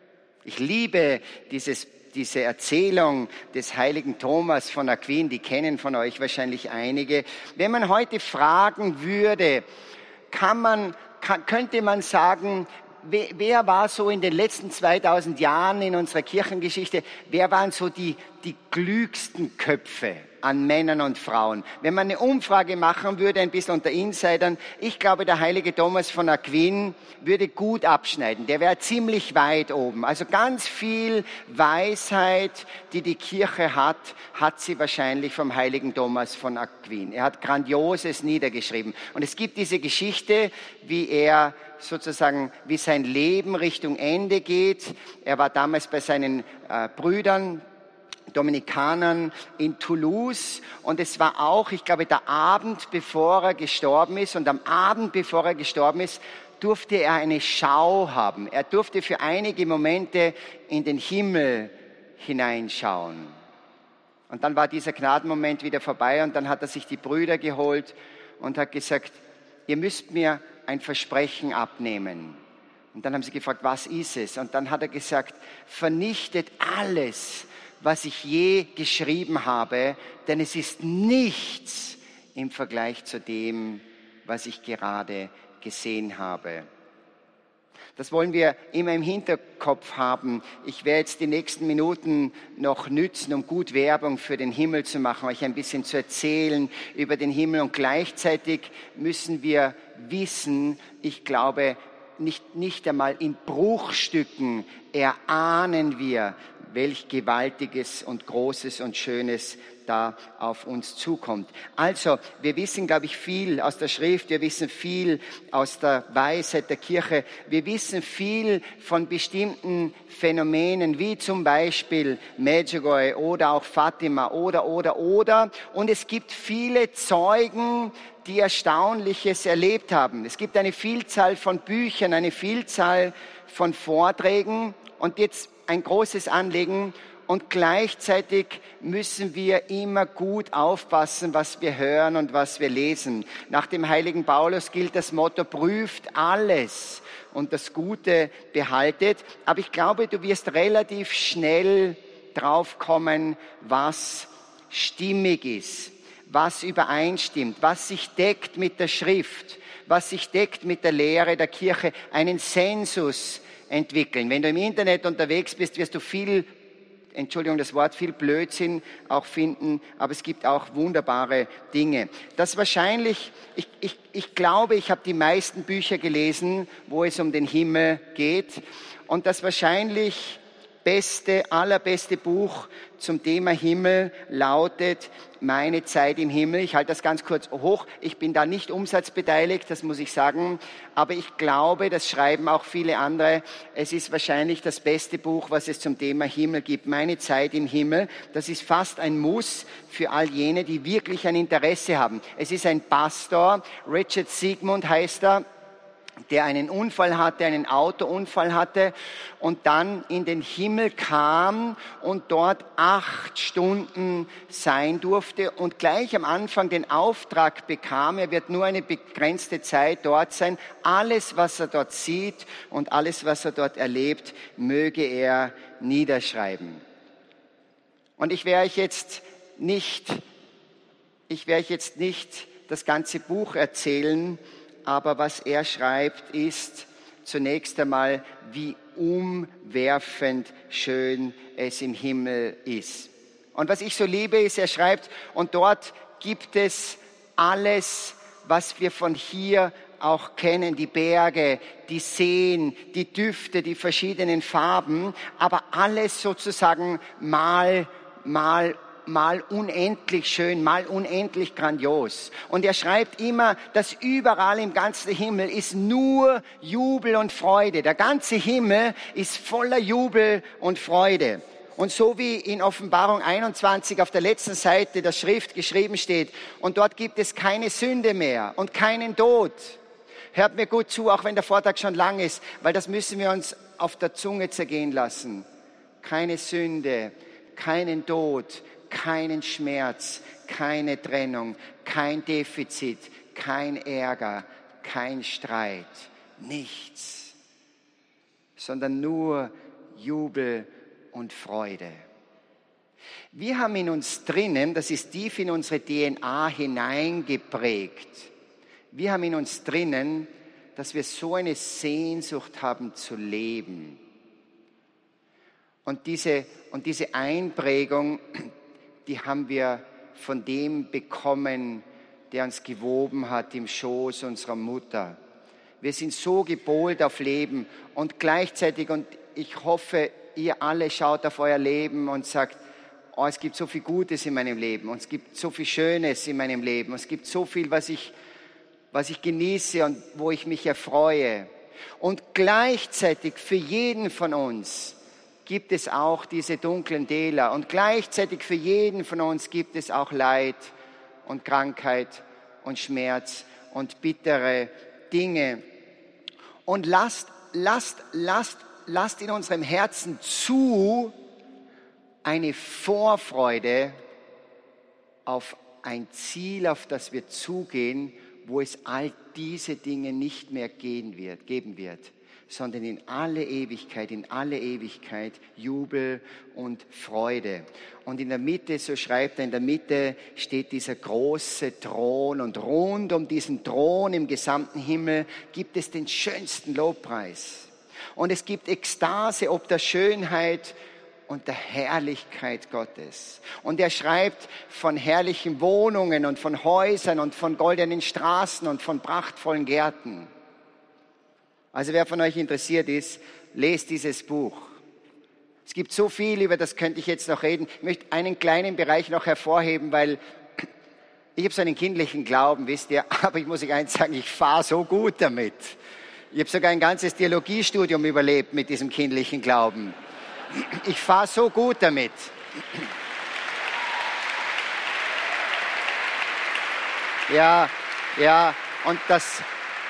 Ich liebe dieses, diese Erzählung des heiligen Thomas von Aquin, die kennen von euch wahrscheinlich einige. Wenn man heute fragen würde, kann man, kann, könnte man sagen, wer, wer war so in den letzten zweitausend Jahren in unserer Kirchengeschichte, wer waren so die, die klügsten Köpfe an Männern und Frauen? Wenn man eine Umfrage machen würde, ein bisschen unter Insidern, ich glaube, der heilige Thomas von Aquin würde gut abschneiden. Der wäre ziemlich weit oben. Also ganz viel Weisheit, die die Kirche hat, hat sie wahrscheinlich vom heiligen Thomas von Aquin. Er hat Grandioses niedergeschrieben. Und es gibt diese Geschichte, wie er sozusagen, wie sein Leben Richtung Ende geht. Er war damals bei seinen äh, Brüdern, Dominikanern in Toulouse und es war auch, ich glaube, der Abend, bevor er gestorben ist und am Abend, bevor er gestorben ist, durfte er eine Schau haben. Er durfte für einige Momente in den Himmel hineinschauen. Und dann war dieser Gnadenmoment wieder vorbei und dann hat er sich die Brüder geholt und hat gesagt, ihr müsst mir ein Versprechen abnehmen. Und dann haben sie gefragt, was ist es? Und dann hat er gesagt, vernichtet alles, was ich je geschrieben habe, denn es ist nichts im Vergleich zu dem, was ich gerade gesehen habe. Das wollen wir immer im Hinterkopf haben. Ich werde jetzt die nächsten Minuten noch nützen, um gut Werbung für den Himmel zu machen, euch ein bisschen zu erzählen über den Himmel. Und gleichzeitig müssen wir wissen, ich glaube, nicht, nicht einmal in Bruchstücken erahnen wir, welch Gewaltiges und Großes und Schönes da auf uns zukommt. Also, wir wissen, glaube ich, viel aus der Schrift, wir wissen viel aus der Weisheit der Kirche, wir wissen viel von bestimmten Phänomenen, wie zum Beispiel Medjugorje oder auch Fatima oder, oder, oder. Und es gibt viele Zeugen, die Erstaunliches erlebt haben. Es gibt eine Vielzahl von Büchern, eine Vielzahl von Vorträgen und jetzt ein großes Anliegen. Und gleichzeitig müssen wir immer gut aufpassen, was wir hören und was wir lesen. Nach dem heiligen Paulus gilt das Motto, prüft alles und das Gute behaltet. Aber ich glaube, du wirst relativ schnell draufkommen, was stimmig ist, was übereinstimmt, was sich deckt mit der Schrift, was sich deckt mit der Lehre der Kirche, einen Sensus entwickeln. Wenn du im Internet unterwegs bist, wirst du viel Entschuldigung, das Wort, viel Blödsinn auch finden, aber es gibt auch wunderbare Dinge. Das wahrscheinlich, ich, ich, ich glaube, ich habe die meisten Bücher gelesen, wo es um den Himmel geht, und das wahrscheinlich beste, allerbeste Buch zum Thema Himmel lautet Meine Zeit im Himmel. Ich halte das ganz kurz hoch. Ich bin da nicht umsatzbeteiligt, das muss ich sagen. Aber ich glaube, das schreiben auch viele andere. Es ist wahrscheinlich das beste Buch, was es zum Thema Himmel gibt. Meine Zeit im Himmel. Das ist fast ein Muss für all jene, die wirklich ein Interesse haben. Es ist ein Pastor, Richard Sigmund heißt er, der einen Unfall hatte, einen Autounfall hatte und dann in den Himmel kam und dort acht Stunden sein durfte und gleich am Anfang den Auftrag bekam, er wird nur eine begrenzte Zeit dort sein. Alles, was er dort sieht und alles, was er dort erlebt, möge er niederschreiben. Und ich werde euch jetzt nicht, ich werde euch jetzt nicht das ganze Buch erzählen, aber was er schreibt, ist zunächst einmal, wie umwerfend schön es im Himmel ist. Und was ich so liebe, ist, er schreibt, und dort gibt es alles, was wir von hier auch kennen, die Berge, die Seen, die Düfte, die verschiedenen Farben, aber alles sozusagen mal, mal mal unendlich schön, mal unendlich grandios. Und er schreibt immer, dass überall im ganzen Himmel ist nur Jubel und Freude. Der ganze Himmel ist voller Jubel und Freude. Und so wie in Offenbarung einundzwanzig auf der letzten Seite der Schrift geschrieben steht, und dort gibt es keine Sünde mehr und keinen Tod. Hört mir gut zu, auch wenn der Vortrag schon lang ist, weil das müssen wir uns auf der Zunge zergehen lassen. Keine Sünde, keinen Tod, keinen Schmerz, keine Trennung, kein Defizit, kein Ärger, kein Streit, nichts, sondern nur Jubel und Freude. Wir haben in uns drinnen, das ist tief in unsere D N A hineingeprägt, wir haben in uns drinnen, dass wir so eine Sehnsucht haben zu leben. Und diese, und diese Einprägung, die haben wir von dem bekommen, der uns gewoben hat im Schoß unserer Mutter. Wir sind so gepolt auf Leben und gleichzeitig, und ich hoffe, ihr alle schaut auf euer Leben und sagt, oh, es gibt so viel Gutes in meinem Leben und es gibt so viel Schönes in meinem Leben. Es gibt so viel, was ich, was ich genieße und wo ich mich erfreue. Und gleichzeitig für jeden von uns gibt es auch diese dunklen Täler. Und gleichzeitig für jeden von uns gibt es auch Leid und Krankheit und Schmerz und bittere Dinge. Und lasst, lasst, lasst, lasst in unserem Herzen zu eine Vorfreude auf ein Ziel, auf das wir zugehen, wo es all diese Dinge nicht mehr gehen wird, geben wird, sondern in alle Ewigkeit, in alle Ewigkeit Jubel und Freude. Und in der Mitte, so schreibt er, in der Mitte steht dieser große Thron und rund um diesen Thron im gesamten Himmel gibt es den schönsten Lobpreis. Und es gibt Ekstase ob der Schönheit und der Herrlichkeit Gottes. Und er schreibt von herrlichen Wohnungen und von Häusern und von goldenen Straßen und von prachtvollen Gärten. Also wer von euch interessiert ist, lest dieses Buch. Es gibt so viel, über das könnte ich jetzt noch reden. Ich möchte einen kleinen Bereich noch hervorheben, weil ich habe so einen kindlichen Glauben, wisst ihr, aber ich muss euch eins sagen, ich fahre so gut damit. Ich habe sogar ein ganzes Theologiestudium überlebt mit diesem kindlichen Glauben. Ich fahre so gut damit. Ja, ja, und das,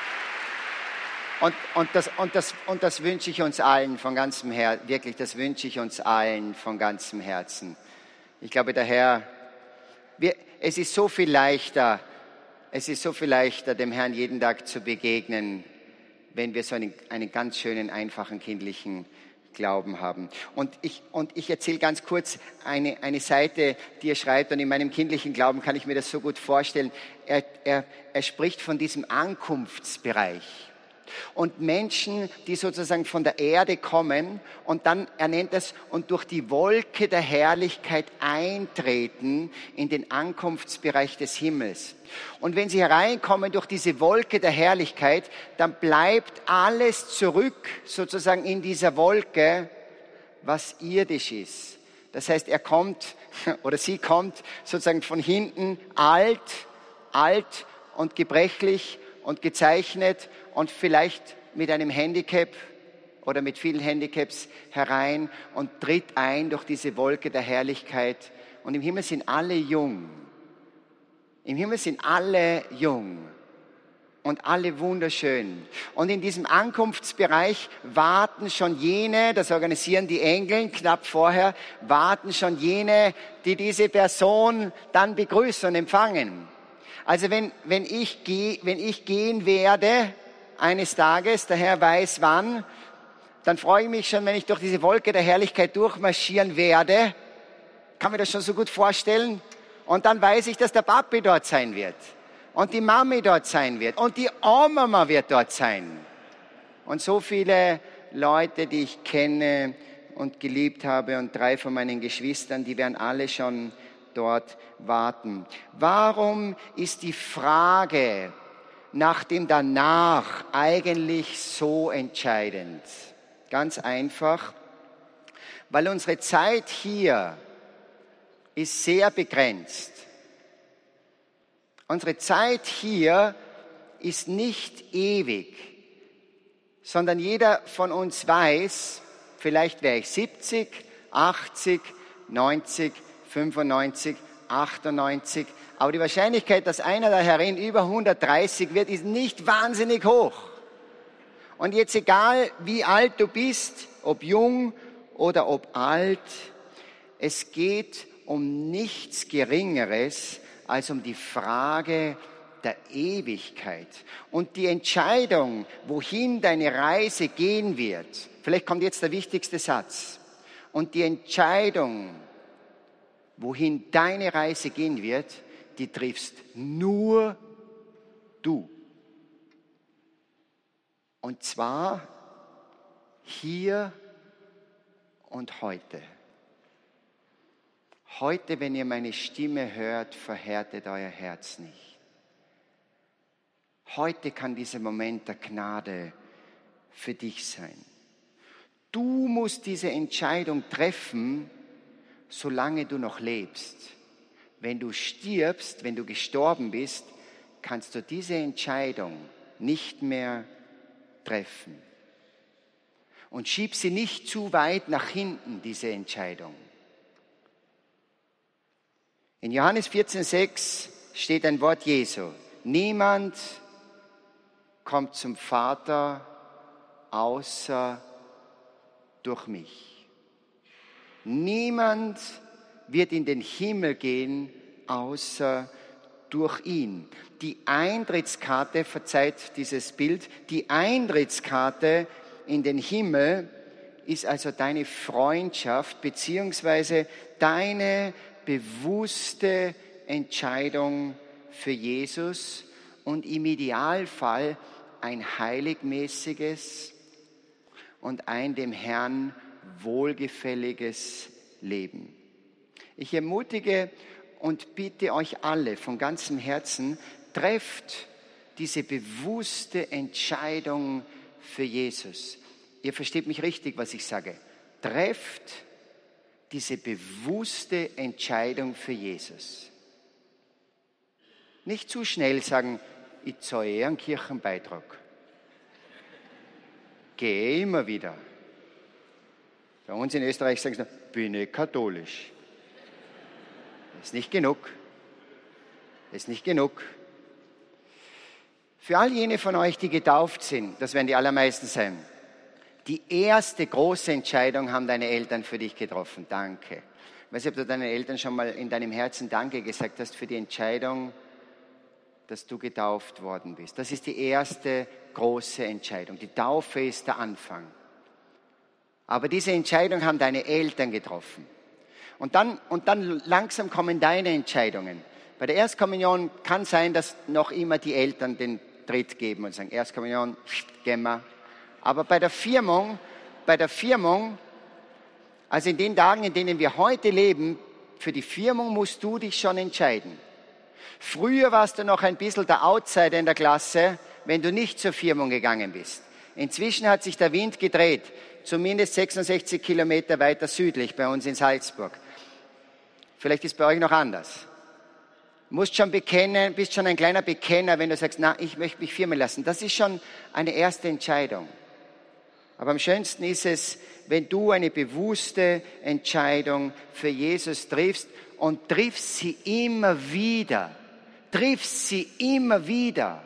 und, und, das, und, das, und das wünsche ich uns allen von ganzem Herzen, wirklich, das wünsche ich uns allen von ganzem Herzen. Ich glaube, der Herr, wir, es ist so viel leichter, es ist so viel leichter, dem Herrn jeden Tag zu begegnen, wenn wir so einen, einen ganz schönen, einfachen, kindlichen Glauben haben. Und ich, und ich erzähle ganz kurz eine, eine Seite, die er schreibt, und in meinem kindlichen Glauben kann ich mir das so gut vorstellen. Er, er, er spricht von diesem Ankunftsbereich. Und Menschen, die sozusagen von der Erde kommen und dann, er nennt es, und durch die Wolke der Herrlichkeit eintreten in den Ankunftsbereich des Himmels. Und wenn sie hereinkommen durch diese Wolke der Herrlichkeit, dann bleibt alles zurück, sozusagen in dieser Wolke, was irdisch ist. Das heißt, er kommt, oder sie kommt sozusagen von hinten alt, alt und gebrechlich und gezeichnet und vielleicht mit einem Handicap oder mit vielen Handicaps herein und tritt ein durch diese Wolke der Herrlichkeit. Und im Himmel sind alle jung. Im Himmel sind alle jung und alle wunderschön. Und in diesem Ankunftsbereich warten schon jene, das organisieren die Engel knapp vorher, warten schon jene, die diese Person dann begrüßen und empfangen. Also wenn, wenn, ich geh, wenn ich gehen werde, eines Tages, der Herr weiß wann, dann freue ich mich schon, wenn ich durch diese Wolke der Herrlichkeit durchmarschieren werde. Kann mir das schon so gut vorstellen. Und dann weiß ich, dass der Papi dort sein wird. Und die Mami dort sein wird. Und die Oma wird dort sein. Und so viele Leute, die ich kenne und geliebt habe, und drei von meinen Geschwistern, die werden alle schon dort warten. Warum ist die Frage nach dem Danach eigentlich so entscheidend? Ganz einfach, weil unsere Zeit hier ist sehr begrenzt. Unsere Zeit hier ist nicht ewig, sondern jeder von uns weiß, vielleicht wäre ich siebzig, achtzig, neunzig, fünfundneunzig, achtundneunzig, aber die Wahrscheinlichkeit, dass einer da herin über hundertdreißig wird, ist nicht wahnsinnig hoch. Und jetzt egal, wie alt du bist, ob jung oder ob alt, es geht um nichts Geringeres als um die Frage der Ewigkeit. Und die Entscheidung, wohin deine Reise gehen wird, vielleicht kommt jetzt der wichtigste Satz, und die Entscheidung, wohin deine Reise gehen wird, die triffst nur du. Und zwar hier und heute. Heute, wenn ihr meine Stimme hört, verhärtet euer Herz nicht. Heute kann dieser Moment der Gnade für dich sein. Du musst diese Entscheidung treffen, solange du noch lebst. Wenn du stirbst, wenn du gestorben bist, kannst du diese Entscheidung nicht mehr treffen. Und schieb sie nicht zu weit nach hinten, diese Entscheidung. In Johannes vierzehn sechs steht ein Wort Jesu. Niemand kommt zum Vater außer durch mich. Niemand wird in den Himmel gehen, außer durch ihn. Die Eintrittskarte, verzeiht dieses Bild, die Eintrittskarte in den Himmel ist also deine Freundschaft beziehungsweise deine bewusste Entscheidung für Jesus und im Idealfall ein heiligmäßiges und ein dem Herrn wohlgefälliges Leben. Ich ermutige und bitte euch alle von ganzem Herzen, trefft diese bewusste Entscheidung für Jesus. Ihr versteht mich richtig, was ich sage. Trefft diese bewusste Entscheidung für Jesus. Nicht zu schnell sagen, ich zahle eher einen Kirchenbeitrag. Gehe immer wieder. Bei uns in Österreich sagen sie, bin ich katholisch. Das ist nicht genug. Das ist nicht genug. Für all jene von euch, die getauft sind, das werden die allermeisten sein, die erste große Entscheidung haben deine Eltern für dich getroffen. Danke. Ich weiß nicht, ob du deinen Eltern schon mal in deinem Herzen Danke gesagt hast für die Entscheidung, dass du getauft worden bist. Das ist die erste große Entscheidung. Die Taufe ist der Anfang. Aber diese Entscheidung haben deine Eltern getroffen. Und dann, und dann langsam kommen deine Entscheidungen. Bei der Erstkommunion kann sein, dass noch immer die Eltern den Tritt geben und sagen, Erstkommunion, gehen wir. Aber bei der Firmung, bei der Firmung, also in den Tagen, in denen wir heute leben, für die Firmung musst du dich schon entscheiden. Früher warst du noch ein bisschen der Outsider in der Klasse, wenn du nicht zur Firmung gegangen bist. Inzwischen hat sich der Wind gedreht, zumindest sechsundsechzig Kilometer weiter südlich bei uns in Salzburg. Vielleicht ist es bei euch noch anders. Du musst schon bekennen, bist schon ein kleiner Bekenner, wenn du sagst, na, ich möchte mich firmen lassen. Das ist schon eine erste Entscheidung. Aber am schönsten ist es, wenn du eine bewusste Entscheidung für Jesus triffst und triffst sie immer wieder. Triffst sie immer wieder.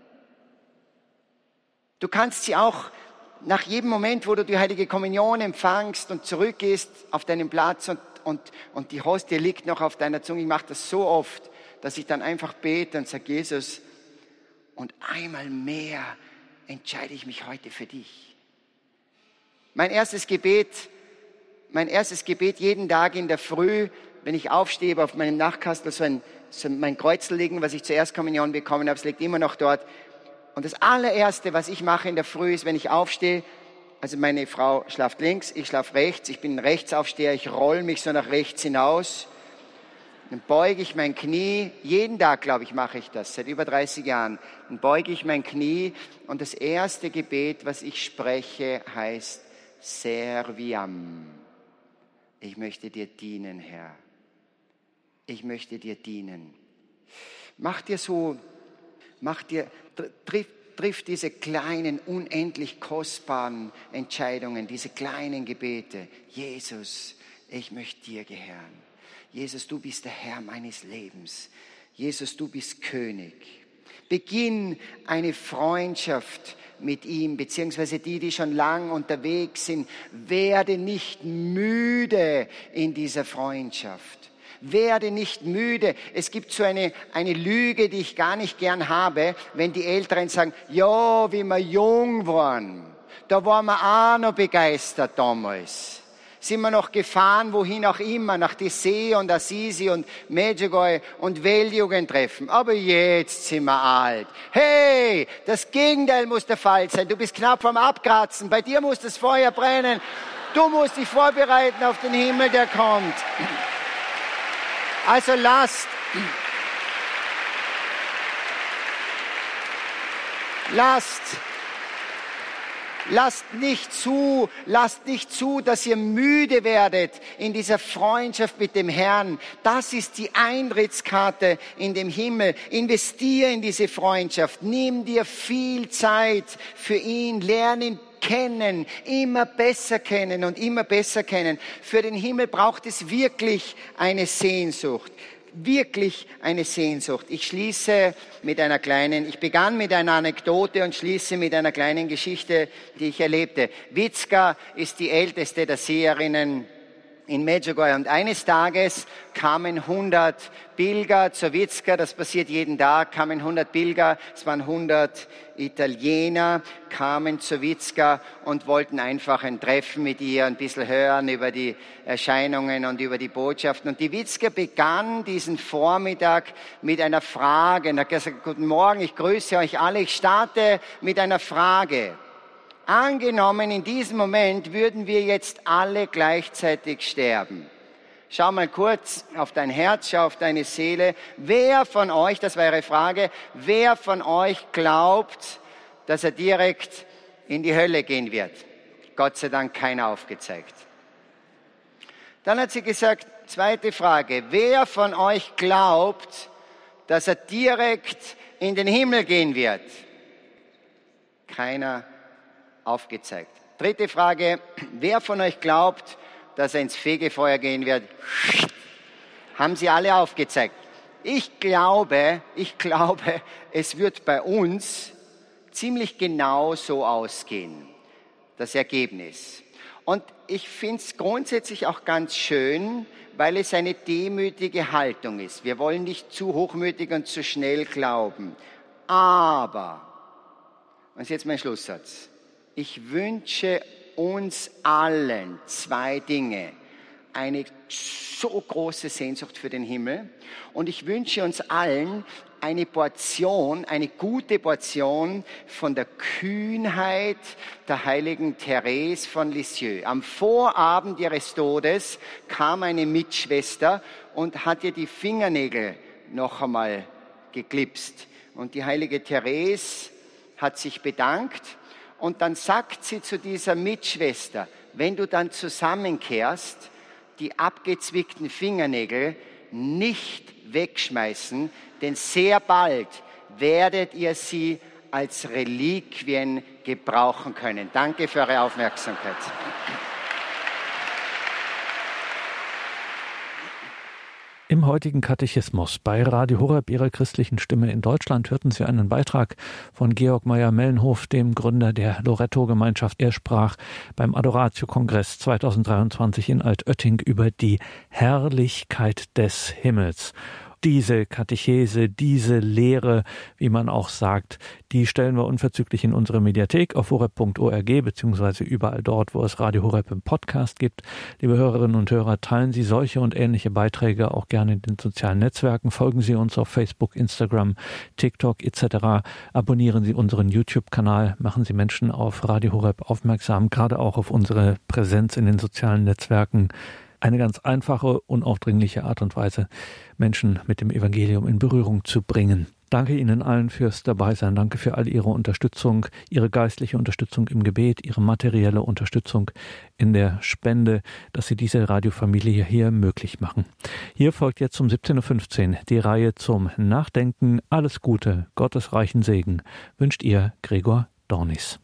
Du kannst sie auch nach jedem Moment, wo du die Heilige Kommunion empfangst und zurückgehst auf deinen Platz und, und, und die Hostie liegt noch auf deiner Zunge. Ich mache das so oft, dass ich dann einfach bete und sage, Jesus, und einmal mehr entscheide ich mich heute für dich. Mein erstes Gebet, mein erstes Gebet jeden Tag in der Früh, wenn ich aufstehe, auf meinem Nachtkastel so ein, so mein Kreuzel liegen, was ich zur Erstkommunion bekommen habe, es liegt immer noch dort. Und das allererste, was ich mache in der Früh, ist, wenn ich aufstehe, also meine Frau schlaft links, ich schlafe rechts, ich bin ein Rechtsaufsteher, ich roll mich so nach rechts hinaus, dann beuge ich mein Knie, jeden Tag, glaube ich, mache ich das, seit über dreißig Jahren, dann beuge ich mein Knie und das erste Gebet, was ich spreche, heißt Serviam. Ich möchte dir dienen, Herr. Ich möchte dir dienen. Mach dir so, mach dir, triff, triff diese kleinen, unendlich kostbaren Entscheidungen, diese kleinen Gebete. Jesus, ich möchte dir gehören. Jesus, du bist der Herr meines Lebens. Jesus, du bist König. Beginn eine Freundschaft mit ihm, beziehungsweise die, die schon lang unterwegs sind. Werde nicht müde in dieser Freundschaft. Werde nicht müde. Es gibt so eine, eine Lüge, die ich gar nicht gern habe, wenn die Älteren sagen, ja, wie wir jung waren, da waren wir auch noch begeistert damals. Sind wir noch gefahren, wohin auch immer, nach Tessé und Assisi und Medjugorje und Weltjugendtreffen. Aber jetzt sind wir alt. Hey, das Gegenteil muss der Fall sein. Du bist knapp vom Abkratzen. Bei dir muss das Feuer brennen. Du musst dich vorbereiten auf den Himmel, der kommt. Also lasst, lasst, lasst nicht zu, lasst nicht zu, dass ihr müde werdet in dieser Freundschaft mit dem Herrn. Das ist die Eintrittskarte in den Himmel. Investier in diese Freundschaft. Nimm dir viel Zeit für ihn. Lern ihn kennen, immer besser kennen und immer besser kennen. Für den Himmel braucht es wirklich eine Sehnsucht. Wirklich eine Sehnsucht. Ich schließe mit einer kleinen, ich begann mit einer Anekdote und schließe mit einer kleinen Geschichte, die ich erlebte. Witzka ist die älteste der Seherinnen in Medjugorje und eines Tages kamen hundert Pilger zur Witzka, das passiert jeden Tag, kamen hundert Pilger, es waren hundert Italiener, kamen zur Witzka und wollten einfach ein Treffen mit ihr, ein bisschen hören über die Erscheinungen und über die Botschaften. Und die Witzka begann diesen Vormittag mit einer Frage und hat gesagt, guten Morgen, ich grüße euch alle, ich starte mit einer Frage. Angenommen, in diesem Moment würden wir jetzt alle gleichzeitig sterben. Schau mal kurz auf dein Herz, schau auf deine Seele. Wer von euch, das war Ihre Frage, wer von euch glaubt, dass er direkt in die Hölle gehen wird? Gott sei Dank keiner aufgezeigt. Dann hat sie gesagt, zweite Frage, wer von euch glaubt, dass er direkt in den Himmel gehen wird? Keiner aufgezeigt. Dritte Frage, wer von euch glaubt, dass er ins Fegefeuer gehen wird? Haben sie alle aufgezeigt. Ich glaube, ich glaube, es wird bei uns ziemlich genau so ausgehen, das Ergebnis. Und ich finde es grundsätzlich auch ganz schön, weil es eine demütige Haltung ist. Wir wollen nicht zu hochmütig und zu schnell glauben. Aber, und das ist jetzt mein Schlusssatz, ich wünsche uns allen zwei Dinge. Eine so große Sehnsucht für den Himmel und ich wünsche uns allen eine Portion, eine gute Portion von der Kühnheit der heiligen Therese von Lisieux. Am Vorabend ihres Todes kam eine Mitschwester und hat ihr die Fingernägel noch einmal geklipst. Und die heilige Therese hat sich bedankt und dann sagt sie zu dieser Mitschwester, wenn du dann zusammenkehrst, die abgezwickten Fingernägel nicht wegschmeißen, denn sehr bald werdet ihr sie als Reliquien gebrauchen können. Danke für eure Aufmerksamkeit. Im heutigen Katechismus bei Radio Horeb, Ihrer christlichen Stimme in Deutschland, hörten Sie einen Beitrag von Georg Meyer-Mellenhof, dem Gründer der Loretto-Gemeinschaft. Er sprach beim Adoratio-Kongress zweitausenddreiundzwanzig in Altötting über die Herrlichkeit des Himmels. Diese Katechese, diese Lehre, wie man auch sagt, die stellen wir unverzüglich in unsere Mediathek auf horeb punkt org beziehungsweise überall dort, wo es Radio Horeb im Podcast gibt. Liebe Hörerinnen und Hörer, teilen Sie solche und ähnliche Beiträge auch gerne in den sozialen Netzwerken. Folgen Sie uns auf Facebook, Instagram, TikTok et cetera. Abonnieren Sie unseren YouTube-Kanal. Machen Sie Menschen auf Radio Horeb aufmerksam, gerade auch auf unsere Präsenz in den sozialen Netzwerken. Eine ganz einfache, unaufdringliche Art und Weise, Menschen mit dem Evangelium in Berührung zu bringen. Danke Ihnen allen fürs Dabeisein. Danke für all Ihre Unterstützung, Ihre geistliche Unterstützung im Gebet, Ihre materielle Unterstützung in der Spende, dass Sie diese Radiofamilie hier möglich machen. Hier folgt jetzt um siebzehn Uhr fünfzehn die Reihe zum Nachdenken. Alles Gute, Gottes reichen Segen wünscht Ihr Gregor Dornis.